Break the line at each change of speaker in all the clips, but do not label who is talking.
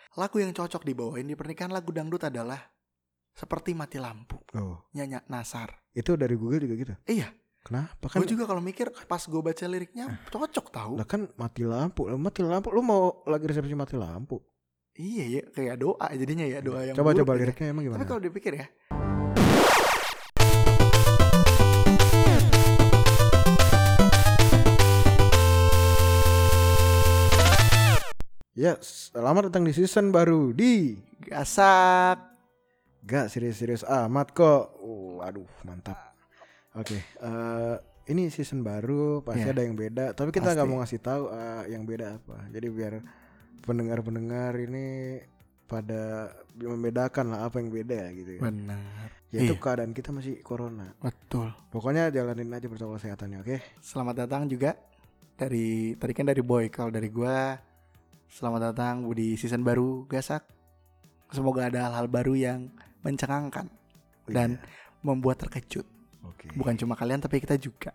Lagu yang cocok dibawain di pernikahan lagu dangdut adalah Seperti Mati Lampu. Nyanyi Nasar.
Itu dari Google juga gitu?
Iya.
Kenapa? Kan
gue juga kalau mikir pas gue baca liriknya cocok tahu.
Lah kan mati lampu. Lu mau lagi resepsi mati lampu?
Iya ya, kayak doa jadinya ya, doa yang
coba
buruk
liriknya emang gimana?
Tapi kalau dipikir ya,
ya, selamat datang di season baru di
Gasak.
Gak serius-serius amat kok. Aduh, mantap. Oke, ini season baru, pasti ada yang beda. Tapi kita nggak mau ngasih tahu yang beda apa. Jadi biar pendengar ini pada membedakan lah apa yang beda gitu ya.
Benar.
Yaitu keadaan kita masih corona.
Betul.
Pokoknya jalanin aja protokol kesehatannya, oke?
Selamat datang juga dari tadi kan dari Boy, kalau dari gua selamat datang di season baru Gasak. Semoga ada hal-hal baru yang mencengangkan dan membuat terkejut. Bukan cuma kalian tapi kita juga.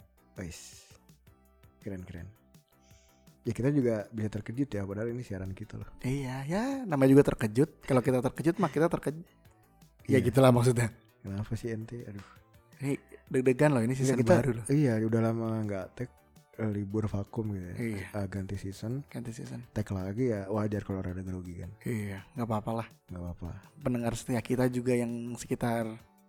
Keren. Ya kita juga bisa terkejut ya, padahal ini siaran kita loh.
Iya ya, namanya juga terkejut. Kalau kita terkejut mah kita terkejut. Ya gitulah maksudnya.
Kenapa sih ente? Aduh.
Ini deg-degan loh, ini season baru loh.
Iya, udah lama nggak tag, libur vakum gitu ya.
Iya.
Ganti season. Tag lagi ya, wajar kalau rada grogi kan.
Iya, nggak apa-apa lah.
Nggak apa-apa.
Pendengar setia kita juga yang sekitar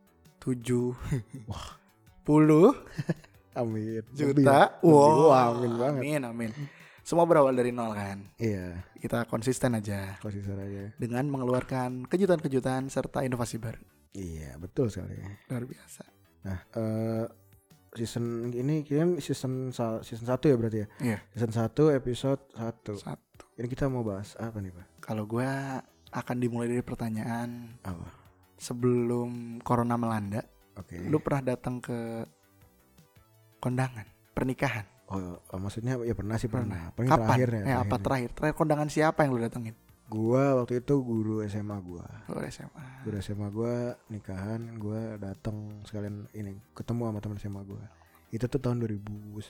7
Wah,
10
amin
juta.
Wow, amin banget.
Amin. Semua berawal dari nol kan.
Iya.
Kita konsisten aja dengan mengeluarkan kejutan-kejutan serta inovasi baru.
Iya, betul sekali.
Luar biasa.
Nah, season ini kalian season 1 ya berarti ya?
Iya.
Season 1 episode 1. Ini kita mau bahas apa nih, Pak?
Kalau gue akan dimulai dari pertanyaan
apa?
Sebelum corona melanda, lu pernah datang ke kondangan pernikahan?
Oh, maksudnya ya pernah sih pernah.
Paling terakhir ya. Apa terakhir kondangan siapa yang lu datengin?
Gua waktu itu guru SMA gua. Guru SMA gua nikahan, gua datang sekalian ini ketemu sama teman SMA gua. Itu tuh tahun 2019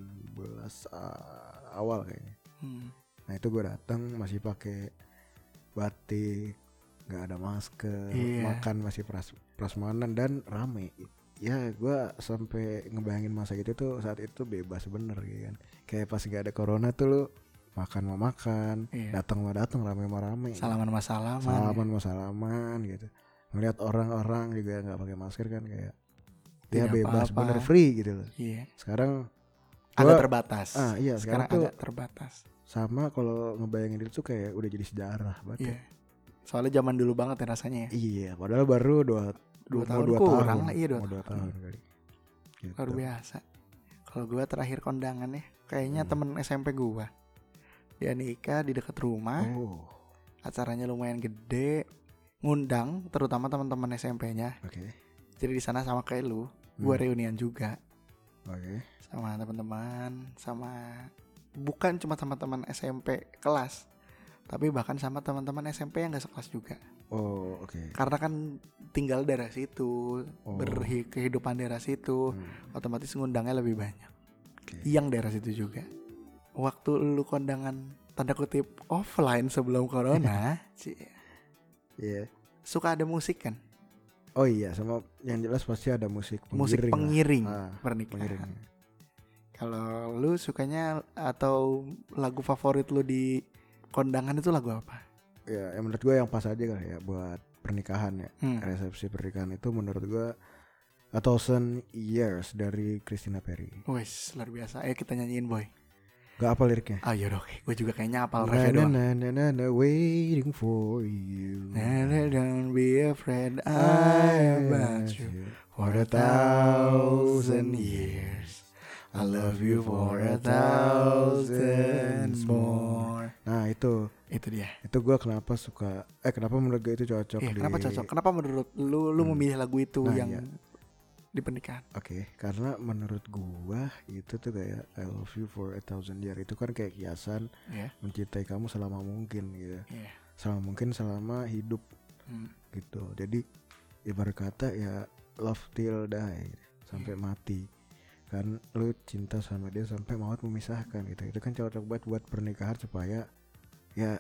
awal kayaknya. Nah, itu gua datang masih pakai batik, nggak ada masker, makan masih prasmanan dan rame. Ya gue sampai ngebayangin masa itu tuh saat itu bebas bener gitu kan. Kayak pas gak ada corona tuh lu makan mau makan, datang mau datang, rame mau rame.
Salaman mau
salaman gitu. Ngeliat orang-orang juga nggak pakai masker kan kayak dia bebas apa-apa. Bener free gitu loh. Sekarang
agak terbatas.
Iya sekarang tuh
agak terbatas.
Sama kalau ngebayangin itu tuh kayak udah jadi sejarah banget.
Soalnya zaman dulu banget ya rasanya ya.
Iya, padahal baru 2 tahun kurang lah. Iya 2 tahun kali. Gitu.
Luar biasa. Kalau gue terakhir kondangan ya, kayaknya temen SMP gue. Dia nikah di dekat rumah. Acaranya lumayan gede, ngundang terutama teman-teman SMP-nya. Jadi di sana sama kayak lu, gue reunian juga. Sama teman-teman, bukan cuma sama teman SMP kelas, tapi bahkan sama teman-teman SMP yang gak sekelas juga. Karena kan tinggal daerah situ, berkehidupan daerah situ, otomatis ngundangnya lebih banyak. Yang daerah situ juga. Waktu lu kondangan tanda kutip offline sebelum corona, suka ada musik kan?
Oh iya, sama yang jelas pasti ada musik
pengiring pernikahan. Kalau lu sukanya atau lagu favorit lu di kondangan itu lagu apa?
Ya menurut gue yang pas aja kali ya buat pernikahan ya. Resepsi pernikahan itu menurut gue A Thousand Years dari Christina Perri.
Wes, luar biasa. Ayo kita nyanyiin Boy.
Gak hafal liriknya.
Yaudah oke. Gue juga kayaknya hafal refnya doang.
Waiting for you.
Don't be afraid I'm about you for 1,000 years. I love you for 1,000 more.
Nah itu
dia.
Itu gue kenapa suka. Kenapa menurut gue itu cocok.
Kenapa cocok? Kenapa menurut lu memilih lagu itu yang di pernikahan?
Karena menurut gue itu tuh kayak I love you for 1,000 years. Itu kan kayak kiasan mencintai kamu selama mungkin gitu. Selama mungkin selama hidup gitu. Jadi ibarat kata ya love till die gitu, sampai mati. Kan lu cinta sama dia sampai maut memisahkan gitu. Itu kan cocok buat pernikahan supaya ya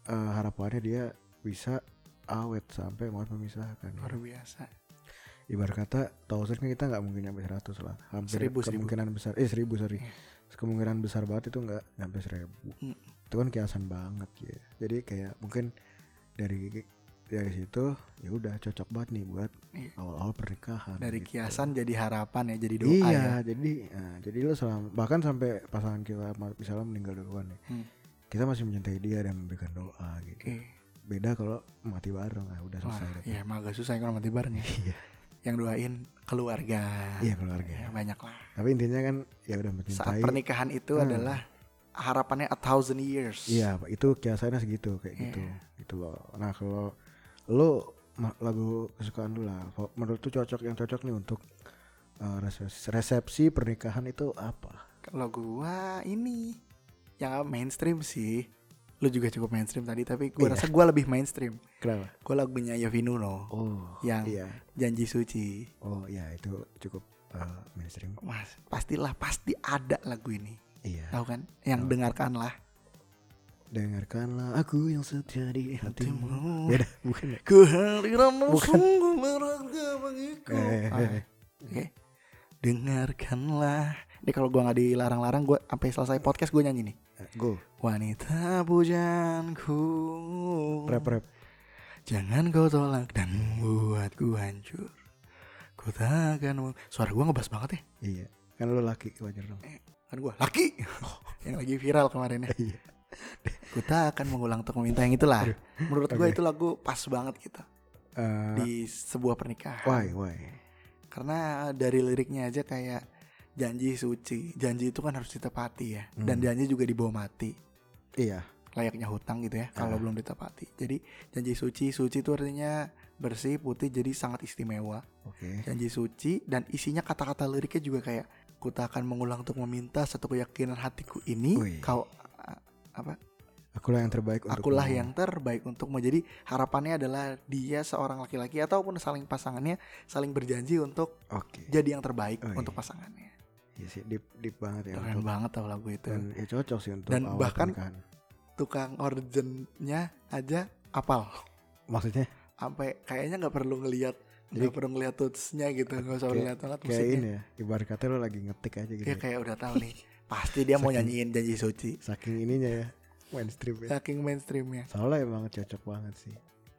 harapannya dia bisa awet sampai mau memisahkan.
Luar biasa.
Ibarat kata 1000 kan kita nggak mungkin nyampe 100 lah. Hampir
1000.
kemungkinan besar 1000 sorry. Kemungkinan besar banget itu nggak nyampe 1000. Itu kan kiasan banget ya. Jadi kayak mungkin dari situ ya udah cocok banget nih buat awal-awal pernikahan.
Dari
gitu.
Kiasan jadi harapan ya, jadi doa
iya,
ya.
jadi lo selama, bahkan sampai pasangan kita misalnya meninggal duluan ya. Kita masih mencintai dia dan memberikan doa gitu. Beda kalau mati bareng, udah selesai.
Iya, emang agak susah kalau mati bareng ya.
Iya.
Yang doain keluarga.
Iya, keluarga.
Ya, banyak lah.
Tapi intinya kan ya udah mencintai.
Saat pernikahan itu adalah harapannya 1000 years.
Iya, itu kiasannya segitu kayak gitu. Gitu loh. Nah, kalau lo lagu kesukaan lu lah, menurut tuh yang cocok nih untuk resepsi pernikahan itu apa?
Kalau gua ini yang mainstream sih. Lu juga cukup mainstream tadi, tapi gua rasa gua lebih mainstream.
Kenapa?
Gua lagunya Yovie Nuno. Yang Janji Suci.
Oh iya, itu cukup mainstream.
Mas, pasti ada lagu ini.
Iya.
Tahu kan? Yang
Dengarkanlah aku yang setia di hatimu. Beda, bukan ya?
Kehadiranmu sungguh berharga bagiku. Oke. Dengarkanlah. Ini kalau gue gak dilarang-larang, gue sampai selesai podcast gue nyanyi nih.
Go.
Wanita pujaanku,
Rap.
jangan kau tolak dan membuatku hancur. Ku takkan. Suara gue ngebas banget ya.
Iya. Kan lo laki, wajar dong.
Kan gue laki. Yang lagi viral kemarin ya.
Iya.
Ku tak akan mengulang untuk meminta yang itulah. Menurut gue itu lagu pas banget gitu di sebuah pernikahan.
Why?
Karena dari liriknya aja kayak janji suci. Janji itu kan harus ditepati ya. Dan janji juga dibawa mati.
Iya.
Layaknya hutang gitu ya. Kalau belum ditepati. Jadi janji suci itu artinya bersih, putih, jadi sangat istimewa. Janji suci, dan isinya kata-kata liriknya juga kayak ku tak akan mengulang untuk meminta satu keyakinan hatiku ini. Kau apa?
Akulah yang terbaik
untukmu. Jadi harapannya adalah dia seorang laki-laki ataupun pasangannya saling berjanji untuk jadi yang terbaik untuk pasangannya.
Iya sih, deep banget ya.
Keren banget tau lagu itu.
Dan ya cocok sih untuk
dan
awal
bahkan
pernikahan.
Tukang organnya aja apal.
Maksudnya?
Sampai kayaknya nggak perlu ngelihat tutsnya gitu, nggak usah lihat alat musiknya.
Kayak ini ya, ibarat kata lo lagi ngetik aja gitu.
Kayak udah tahu nih. Pasti dia mau nyanyiin Janji Suci.
Saking ininya ya, mainstream ya.
Saking mainstreamnya.
Soalnya emang cocok banget sih.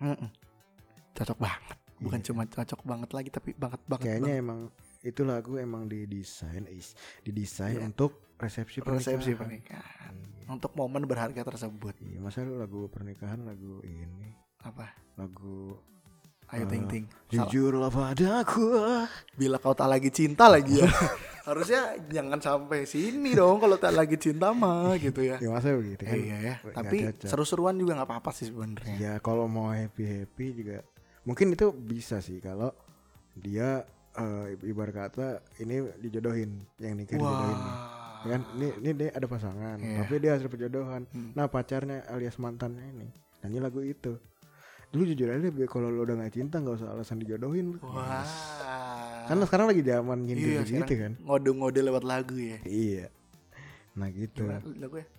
Cocok banget. Bukan cuma cocok banget lagi, tapi banget.
Kayaknya emang itu lagu emang didesain untuk resepsi
pernikahan. Untuk momen berharga tersebut.
Iya, masa lu lagu pernikahan lagu ini?
Apa?
Lagu
Ayu Ting Ting.
Jujurlah padaku.
Bila kau tak lagi cinta lagi ya. Harusnya jangan sampai sini dong kalau tak lagi cinta mah gitu ya.
Ya masa begitu kan.
Iya ya. Tapi seru-seruan juga enggak apa-apa sih sebenarnya.
Ya kalau mau happy juga mungkin itu bisa sih kalau dia ibarat kata ini dijodohin, yang nikah dijodohin. Ya kan ini dia ada pasangan, tapi dia hasil perjodohan. Nah, pacarnya alias mantannya ini nyanyi lagu itu. Dulu jujur aja, kalau lo udah gak cinta gak usah alasan dijodohin.
Wah.
Karena sekarang lagi zaman nyindir gitu kan.
Ngode-ngode lewat lagu ya.
Iya. Nah gitu.
Lagu ya.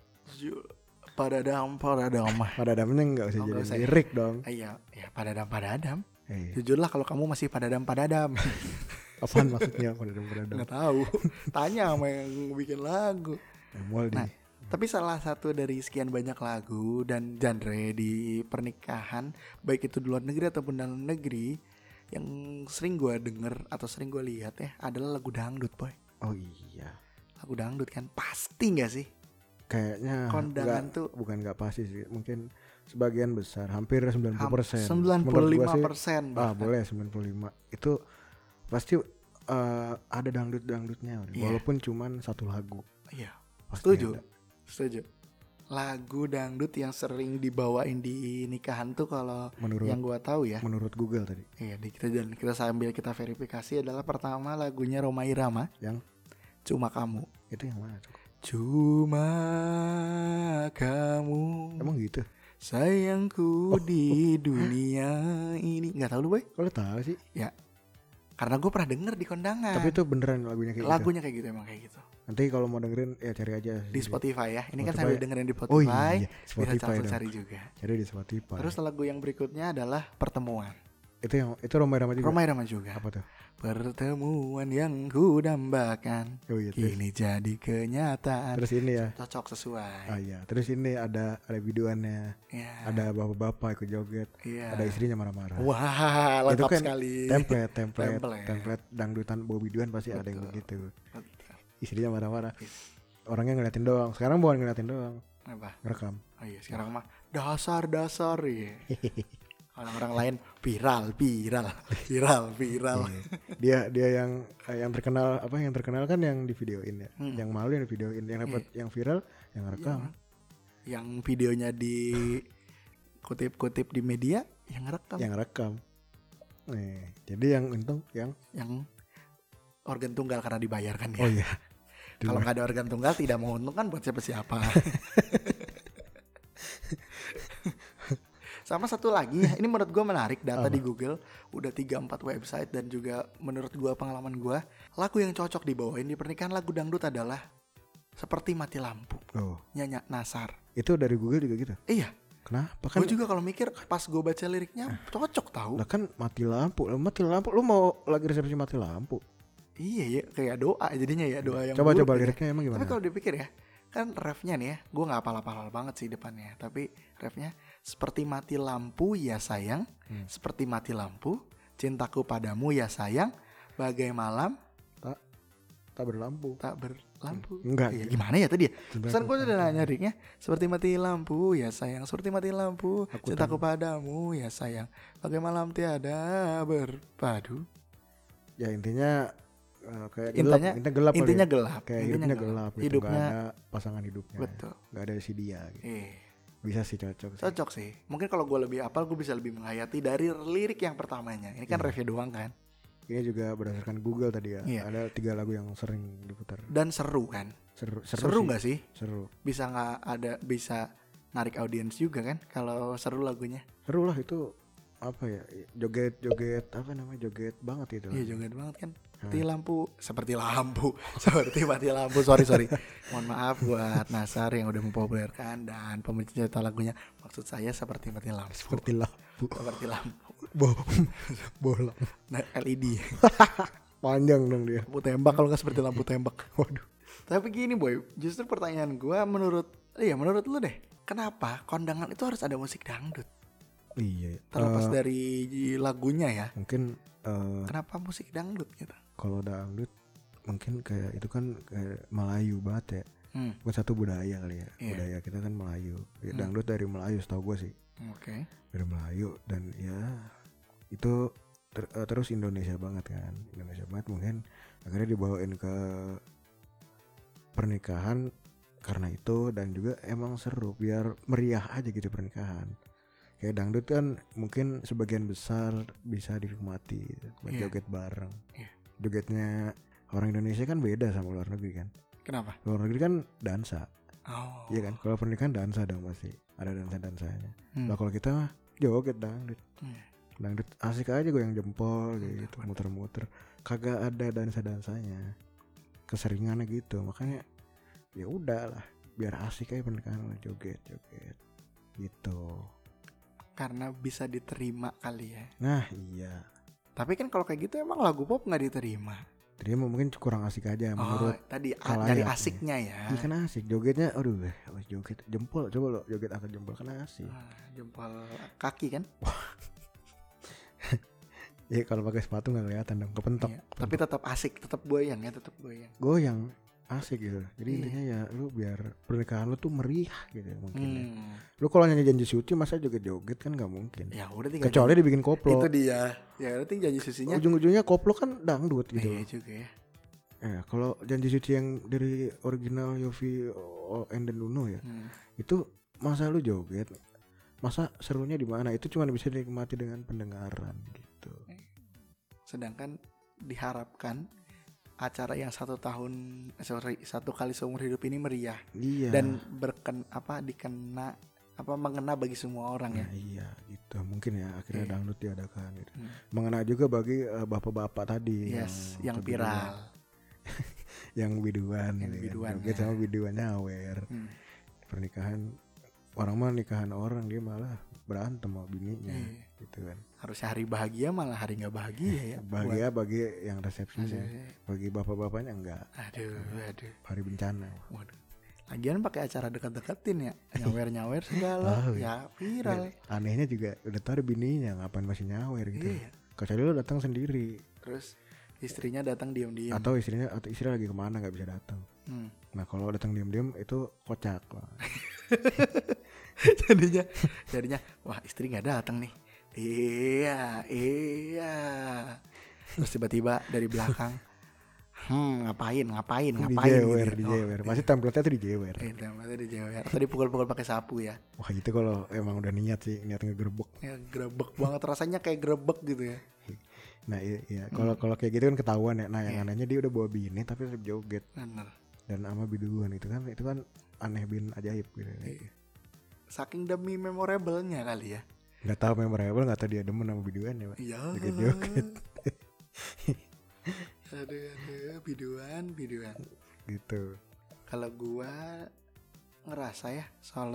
Padadamnya
gak usah jadi lirik dong.
Iya, ya padadam. Jujurlah kalau kamu masih padadam.
Apaan maksudnya padadam?
Gak tahu. Tanya sama yang bikin lagu. Nah, tapi salah satu dari sekian banyak lagu dan genre di pernikahan, baik itu di luar negeri ataupun dalam negeri, yang sering gue denger atau sering gue lihat ya adalah lagu dangdut, boy.
Oh iya.
Lagu dangdut kan pasti gak sih?
Kayaknya
kondangan tuh
bukan gak pasti sih, mungkin sebagian besar, hampir 90%.
95%.
Boleh 95. Itu pasti ada dangdutnya, walaupun cuman satu lagu.
Iya. Setuju. Lagu dangdut yang sering dibawain di nikahan tuh kalau yang gua tahu ya.
Menurut Google tadi.
Iya, kita sambil kita verifikasi adalah pertama lagunya Rhoma Irama
yang
Cuma Kamu.
Itu yang mana tuh?
Cuma kamu.
Emang gitu?
Sayangku di dunia ini. Enggak tahu lu, boy?
Kalau tahu sih.
Ya. Karena gue pernah denger di kondangan.
Tapi itu beneran lagunya kayak
lagunya kayak gitu, emang kayak gitu.
Nanti kalau mau dengerin ya cari aja
di Spotify ya. Ini
Spotify.
kan sambil dengerin di Spotify.
Oh iya, Spotify
bisa langsung cari juga.
Cari di Spotify.
Terus lagu yang berikutnya adalah Pertemuan.
Itu Rhoma Irama juga.
Rhoma Irama juga.
Apa tuh?
Pertemuan yang ku dambakan
iya,
kini jadi kenyataan.
Terus ini ya.
Cocok sesuai.
Ah iya. Terus ini ada videoannya.
Ya.
Ada bapak-bapak ikut joget.
Ya.
Ada istrinya marah-marah.
Wah, lengkap
itu kan
sekali.
Template dangdutan Bobby Duan pasti ada yang begitu. Istrinya marah-marah. Orangnya ngeliatin doang. Sekarang bukan ngeliatin doang.
Apa?
Ngerekam.
Oh iya, sekarang mah dasar ya. Orang-orang lain viral.
Dia yang terkenal yang terkenal kan yang di videoin ya. Yang malu yang di videoin, yang dapat yang viral yang rekam.
Yang videonya di kutip di media yang rekam.
Jadi yang untung yang
organ tunggal karena dibayar kan ya.
Oh iya.
Kalau nggak ada organ tunggal tidak menguntungkan buat siapa-siapa. Sama satu lagi, ini menurut gue menarik, data di Google udah 3-4 website dan juga menurut gue pengalaman gue, lagu yang cocok dibawain di pernikahan lagu dangdut adalah Seperti Mati Lampu. Nyanyi Nasar.
Itu dari Google juga gitu?
Iya.
Kenapa? Kan
gue juga kalau mikir pas gue baca liriknya cocok tahu.
Lah kan mati lampu, lu mau lagi resepsi mati lampu.
Iya ya, kayak doa jadinya ya, doa yang
coba liriknya emang gimana?
Tapi kalau dipikir ya, kan refnya nih ya, gue nggak hafal banget sih depannya, tapi refnya seperti mati lampu ya sayang, seperti mati lampu, cintaku padamu ya sayang, bagai malam
tak berlampu.
Enggak ya, gimana ya tadi ya? Pesan gue udah nanya liriknya, seperti mati lampu ya sayang, seperti mati lampu, cintaku padamu ya sayang, bagai malam tiada berpadu.
Ya intinya kayak gelap. Kayak hidupnya gelap.
Hidupnya
gak ada pasangan hidupnya.
Betul.
Gak ada si dia gitu. Bisa sih cocok
sih. Mungkin kalau gue lebih apal, gue bisa lebih menghayati dari lirik yang pertamanya. Ini kan review doang kan.
Ini juga berdasarkan Google tadi ya. Ada 3 lagu yang sering diputar.
Dan seru kan. Seru gak sih?
Seru.
Bisa narik audiens juga kan kalau seru lagunya. Seru
lah itu. Apa ya, joget banget itu.
Iya, joget banget kan. Seperti mati lampu. Sorry. Mohon maaf buat Nasar yang udah mempopulerkan dan pencipta lagunya. Maksud saya seperti mati lampu. Seperti lampu.
Bola.
Nah, LED.
Panjang dong dia.
Lampu tembak, kalau nggak seperti lampu tembak. Waduh. Tapi gini boy, justru pertanyaan gue menurut lu deh, kenapa kondangan itu harus ada musik dangdut?
Iya.
Terlepas dari lagunya ya.
Mungkin
kenapa musik dangdut gitu?
Kalau dangdut mungkin kayak itu kan kayak Melayu banget ya. Bukan satu budaya kali ya. Budaya kita kan Melayu. Dangdut dari Melayu setahu gue sih.
Oke.
Dari Melayu dan ya itu terus Indonesia banget kan. Indonesia banget, mungkin akhirnya dibawain ke pernikahan karena itu, dan juga emang seru biar meriah aja gitu pernikahan. Kayak dangdut kan mungkin sebagian besar bisa dinikmati joget bareng. Jogetnya orang Indonesia kan beda sama luar negeri kan.
Kenapa?
Luar negeri kan dansa. Iya kan? Kalau pernikahan dansa dong pasti. Ada dansa-dansanya. Nah kalau kita mah joget dangdut. Dangdut asik aja goyang jempol gitu, muter-muter. Kagak ada dansa-dansanya. Keseringannya gitu. Makanya ya udahlah, biar asik aja pernikahan joget gitu.
Karena bisa diterima kali ya.
Nah iya.
Tapi kan kalau kayak gitu emang lagu pop nggak diterima.
Terima mungkin kurang asik aja menurut.
Tadi dari asiknya ya.
Iya kan asik jogetnya. Aduh, joget jempol, coba lo joget angkat jempol kan asik.
Jempol kaki kan.
Ya kalau pakai sepatu nggak kelihatan dong, kepentok.
Tapi tetap asik, tetap goyang.
Goyang asik gitu. Jadi intinya ya lu biar pernikahan lu tuh meriah gitu mungkin. Lu kalau nyanyi janji suci masa joget-joget kan nggak mungkin.
Ya udah tinggal.
Kecuali dibikin koplo.
Itu dia. Ya berarti janji sucinya.
Ujung-ujungnya koplo kan dangdut gitu.
Iya juga ya.
Ya kalau janji suci yang dari original Yofi and the Nuno ya. Itu masa lu joget. Masa serunya di mana? Itu cuma bisa dinikmati dengan pendengaran gitu.
Sedangkan diharapkan acara yang 1 kali seumur hidup ini meriah. Dan mengena bagi semua orang ya.
Iya gitu. mungkin ya akhirnya dangdut diadakan gitu. Mengena juga bagi bapak-bapak tadi
yang viral.
Yang biduan gitu kan. Joget sama biduan nyawer. Pernikahan orang mah nikahan orang dia malah berantem sama bininya gitu kan.
Harusnya hari bahagia malah hari nggak bahagia ya.
Bahagia bagi yang resepsinya. Bagi bapak-bapaknya enggak.
Aduh.
Hari bencana.
Waduh. Lagian pakai acara deket-deketin ya, nyawer segala, ya viral.
Anehnya juga udah tahu ada bininya, ngapain masih nyawer gitu. Kecuali lo datang sendiri.
Terus istrinya datang diam-diam.
Atau istri lagi kemana nggak bisa datang. Nah kalau datang diam-diam itu kocak lah.
jadinya, wah istri nggak datang nih. Iya. Terus tiba-tiba dari belakang. Ngapain
Dijewer. Masih template-nya tuh dijewer.
Template-nya dijewer. Atau dipukul-pukul pakai sapu ya.
Wah itu kalau emang udah niat ngegerebek.
Ya gerebek banget rasanya kayak gerebek gitu ya.
Nah iya. Kalau kayak gitu kan ketahuan ya. Nah yang anehnya dia udah bawa bini tapi tetap joget.
Bener.
Dan sama biduan itu kan aneh bin ajaib gitu.
Saking demi memorable-nya kali ya.
Gak tahu memorable, gak tahu dia demen sama biduan ya Pak.
Iya.
Joget-joget.
Aduh, biduan.
Gitu.
Kalau gua ngerasa ya soal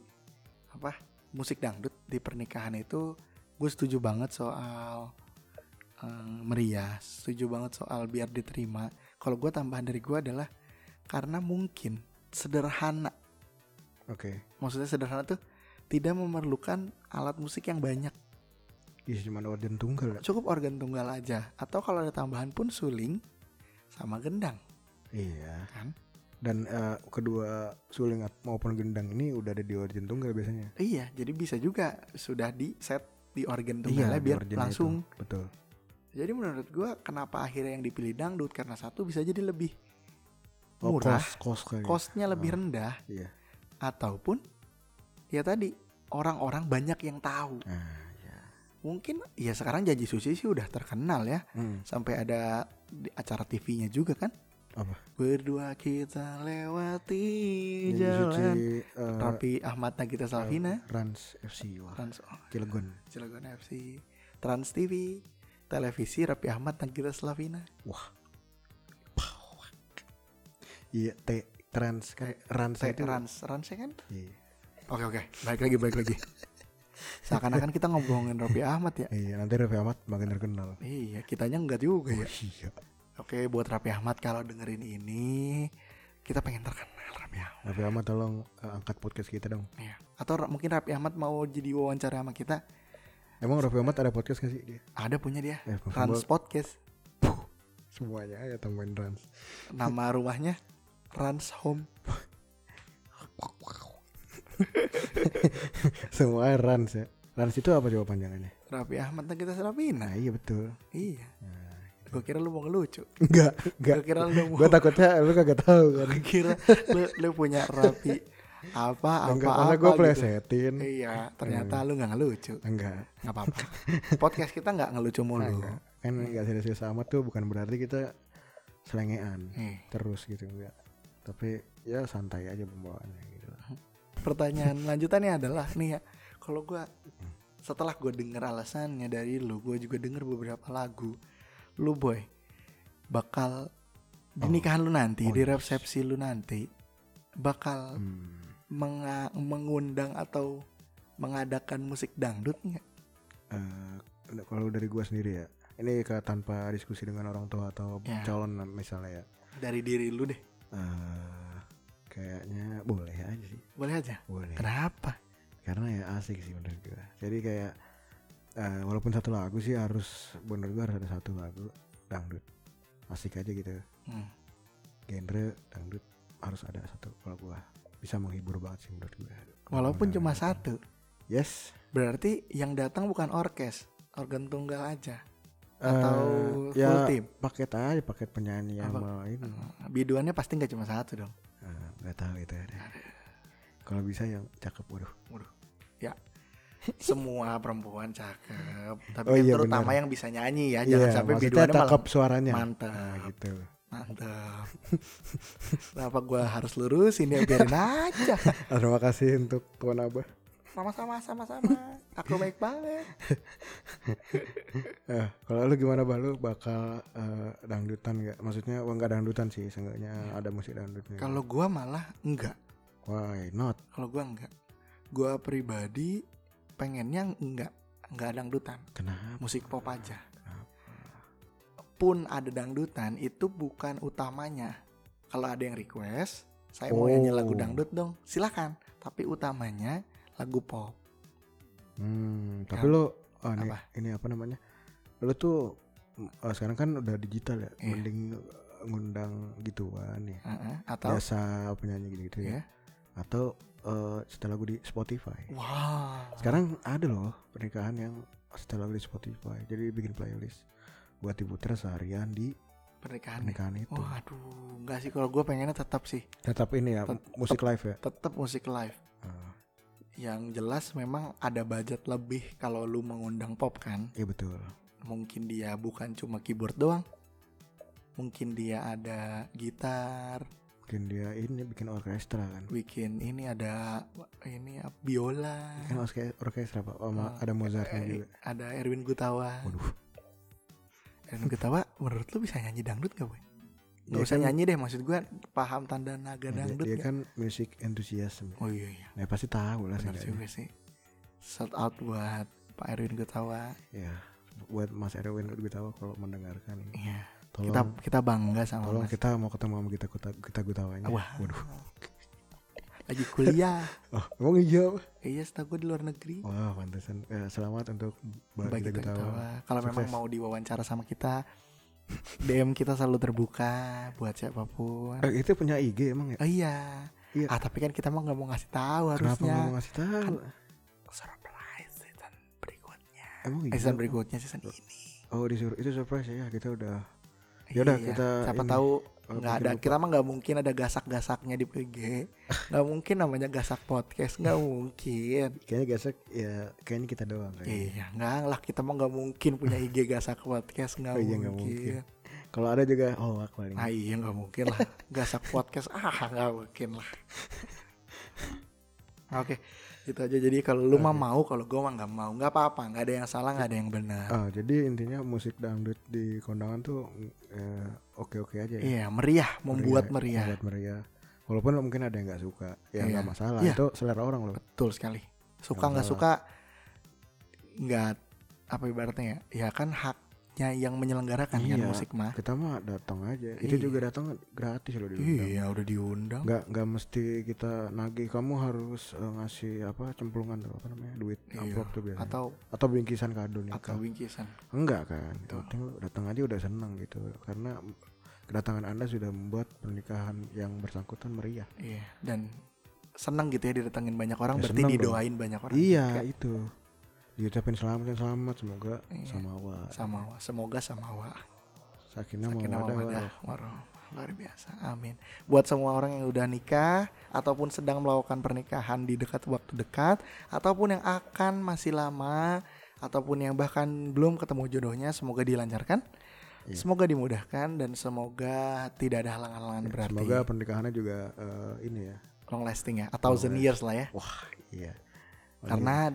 musik dangdut di pernikahan itu, gue setuju banget soal meriah, setuju banget soal biar diterima. Kalau gue tambahan dari gue adalah karena mungkin sederhana.
Oke.
Maksudnya sederhana tuh tidak memerlukan alat musik yang banyak.
Iya cuma organ tunggal.
Cukup organ tunggal aja. Atau kalau ada tambahan pun suling sama gendang.
Iya.
Kan?
Dan kedua suling maupun gendang ini udah ada di organ tunggal biasanya.
Iya, jadi bisa juga sudah di set di organ tunggalnya biar langsung.
Itu. Betul.
Jadi menurut gue kenapa akhirnya yang dipilih dangdut karena satu bisa jadi lebih murah, costnya lebih rendah.
Iya.
Ataupun ya tadi orang-orang banyak yang tahu. Mungkin ya sekarang Janji Suci sih udah terkenal ya. Sampai ada di acara TV-nya juga kan.
Apa?
Berdua kita lewati jalan Raffi Ahmad Nagita Slavina.
Rans FC Cilegon
FC. Trans TV televisi Raffi Ahmad Nagita Slavina.
Wah. Iya Trans kan Rans itu
Rans kan?
Iya.
Oke. Balik lagi. Seakan-akan kita ngomongin Raffi Ahmad ya.
Iya, nanti Raffi Ahmad makin terkenal.
Iya, kitanya enggak juga ya.
Iya.
Oke, buat Raffi Ahmad kalau dengerin ini, kita pengen terkenal Raffi Ahmad.
Raffi Ahmad tolong angkat podcast kita dong.
Iya. Atau mungkin Raffi Ahmad mau jadi wawancara sama kita.
Emang Raffi Ahmad ada podcast gak sih dia?
Ada punya dia. Rans Podcast.
Semuanya ya temuin Rans.
Nama rumahnya Rans Home.
Semua Rans ya. Rans itu apa coba panjangannya?
Raffi Ahmad Nagita Slavina.
Nah iya betul.
Iya. Gue kira lu mau ngelucu.
Enggak.
Gue kira lu mau.
Gue takutnya lu kagak tahu kan.
Gue kira lu punya Raffi apa
gue plesetin.
Gitu. Iya, ternyata lu nggak ngelucu.
Enggak.
Nggak apa-apa. Podcast kita nggak ngelucu mulu.
Kan nggak serius amat tuh bukan berarti kita selengean terus gitu enggak. Tapi ya santai aja pembawaannya gitu.
Pertanyaan lanjutannya adalah nih ya, kalau gue setelah gue denger alasannya dari lu, gue juga denger beberapa lagu. Lu boy bakal di nikahan lu nanti, di resepsi lu nanti bakal mengundang atau mengadakan musik dangdut nggak?
Kalau dari gue sendiri ya, ini tanpa diskusi dengan orang tua atau calon misalnya ya.
Dari diri lu deh.
Kayaknya boleh aja sih.
Boleh aja?
Boleh.
Kenapa?
Karena ya asik sih menurut gue. Jadi kayak walaupun satu lagu sih harus, menurut gue harus ada satu lagu dangdut. Asik aja gitu. Genre dangdut harus ada satu. Kalau gue bisa menghibur banget sih menurut gue.
Walaupun cuma satu.
Yes.
Berarti yang datang bukan orkes, organ tunggal aja. Atau
ya,
full tim?
Paket penyanyi yang ini.
Biduannya pasti nggak cuma satu dong.
Nggak tahu itu ya. Kalau bisa yang cakep, waduh.
Ya, semua perempuan cakep. Tapi terutama yang bisa nyanyi ya, jangan sampai biduannya
cakep suaranya.
Mantap.
Gitu.
Mantap. Kenapa gue harus lurusin ya, biarin aja.
Terima kasih untuk Tuan Abah.
Sama-sama. Aku baik banget.
Kalau lu gimana, Lu bakal dangdutan nggak? Maksudnya nggak dangdutan sih, seenggaknya ada musik dangdutnya.
Kalau gua malah enggak.
Why not?
Kalau gua enggak. Gua pribadi pengennya enggak dangdutan.
Kenapa?
Musik pop aja. Pun ada dangdutan itu bukan utamanya. Kalau ada yang request, saya mau nyanyi lagu dangdut dong, silakan. Tapi utamanya lagu pop.
Tapi lo ini apa namanya? Lo tuh sekarang kan udah digital ya, mending ngundang gituan ya.
Atau
biasa penyanyi gitu ya. Atau setel lagu di Spotify.
Wow.
Sekarang ada loh pernikahan yang setel lagu di Spotify. Jadi bikin playlist buat diputar seharian di pernikahan itu.
Waduh, enggak sih, kalau gue pengennya tetap
ini ya, musik live ya.
Tetap musik live. Yang jelas memang ada budget lebih kalau lu mengundang pop kan.
Iya betul.
Mungkin dia bukan cuma keyboard doang. Mungkin dia ada gitar.
Mungkin dia ini bikin orkestra kan.
Bikin ini ada ini biola.
Kan orkestra Pak. Ada Mozartnya juga.
Ada Erwin Gutawa.
Waduh.
Erwin Gutawa menurut lu bisa nyanyi dangdut gak, Boy? Gak usah nyanyi deh, maksud gue paham tanda naga dangdut.
Dia kan music enthusiast.
Oh iya.
Nah pasti tahu lah.
Benar juga sih. Shout out buat Pak Erwin Gutawa.
Ya, buat Mas Erwin Gutawa kalau mendengarkan.
Iya. Kita bangga sama
tolong
Mas.
Kita mau ketemu sama kita Gutawanya.
Waduh. Lagi kuliah.
Emang iya?
Iya, setahu gue di luar negeri.
Wah, pantesan. Selamat untuk
Mbak Gita Gutawa. Kalau memang mau diwawancara sama kita, DM kita selalu terbuka buat siapapun.
Itu punya IG emang ya?
Iya. Tapi kan kita mah nggak mau ngasih tahu harusnya.
Kenapa nggak mau ngasih tahu?
Kan surprise season berikutnya.
Emang
season berikutnya season ini.
Oh, disuruh itu surprise ya. Kita udah. Ya udah kita.
Siapa tahu nggak ada. Lupa. Kita mah nggak mungkin ada gasak-gasaknya di PG. Nggak mungkin namanya gasak podcast. Nggak mungkin.
Kayaknya gasak ya. Kayaknya kita doang.
Iya, nggak lah. Kita mah nggak mungkin punya IG gasak podcast. Nggak mungkin.
Kalau ada juga paling.
Iya nggak mungkin lah. Gasak podcast nggak mungkin lah. Oke, itu aja. Jadi kalau lu mah mau, kalau gue mah nggak mau, nggak apa-apa, nggak ada yang salah, nggak ada yang benar.
Jadi intinya musik dangdut di kondangan tuh oke-oke aja ya.
Iya, meriah, membuat meriah.
Walaupun mungkin ada yang nggak suka, ya nggak masalah. Itu selera orang loh.
Betul sekali. Suka nggak suka, nggak apa ibaratnya ya? Ya kan haknya yang menyelenggarakan kan musik mah.
Kita mah datang aja. Itu juga datang gratis loh diundang.
Iya, udah diundang.
Nggak mesti kita nagih, kamu harus ngasih cemplungan tuh, apa namanya, duit amplop tuh biasanya. Atau bingkisan kado nih.
Atau bingkisan.
Enggak kan. Datang aja udah senang gitu. Karena kedatangan Anda sudah membuat pernikahan yang bersangkutan meriah.
Iya. Dan senang gitu ya didatengin banyak orang, berarti didoain banyak orang.
Iya juga. Itu. Diucapin selamat semoga
semoga samawa.
Sakinah mawaddah
warahmah. Luar biasa. Amin. Buat semua orang yang udah nikah ataupun sedang melakukan pernikahan di waktu dekat ataupun yang akan masih lama ataupun yang bahkan belum ketemu jodohnya, semoga dilancarkan. Semoga dimudahkan dan semoga tidak ada halangan-halangan berarti.
Semoga pernikahannya juga ini ya,
long lasting ya, 1000 years lah ya.
Wah, iya.
Karena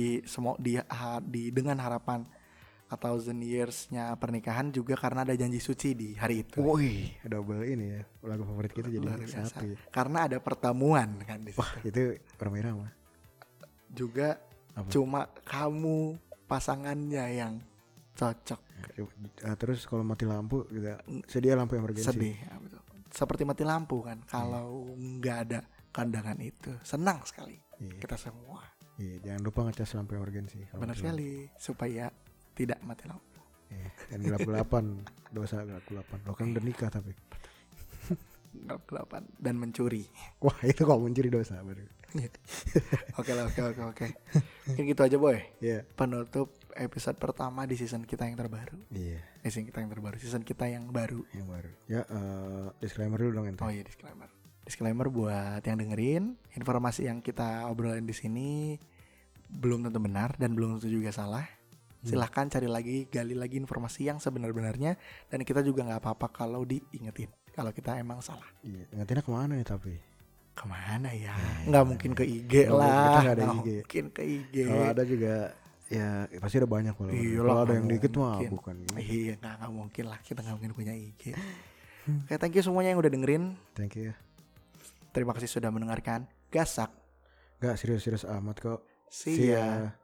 dengan harapan 1000 years-nya pernikahan juga karena ada janji suci di hari itu.
Wih, double ini ya. Lagu favorit kita jadi satu.
Karena ada pertemuan kan di situ.
Wah, itu permira mah.
Juga cuma kamu pasangannya yang cocok.
Terus kalau mati lampu juga sedia lampu emergensi.
Sedih, ya, betul. Seperti mati lampu kan. Kalau nggak ada kandangan itu, senang sekali kita semua.
Iya, jangan lupa ngecas lampu emergensi.
Benar sekali, supaya tidak mati lampu.
Dan gelap-gelapan, dosa gelap-gelapan. Lo kan udah nikah tapi.
Gelap-gelapan dan mencuri.
Wah, itu kok mencuri dosa baru.
Oke. Mungkin gitu aja, Boy.
Iya.
Penutup episode pertama di season kita yang terbaru.
Iya.
Season kita yang baru.
Ya, disclaimer dulu dong ente.
Oh iya, disclaimer buat yang dengerin, informasi yang kita obrolin di sini belum tentu benar dan belum tentu juga salah. Silahkan gali lagi informasi yang sebenar-benarnya, dan kita juga nggak apa-apa kalau diingetin kalau kita emang salah.
Iya, ingetinnya kemana ya tapi?
Kemana ya? Nggak mungkin ke IG lah.
Kita nggak ada IG.
Mungkin ke IG.
Kalau ada juga ya pasti ada banyak follower. Kalau ada yang dikit mah bukan.
Iya, nggak mungkin lah, kita nggak mungkin punya IG. Oke, thank you semuanya yang udah dengerin.
Thank you ya.
Terima kasih sudah mendengarkan. Gasak.
Gak serius-serius amat kok.
See ya.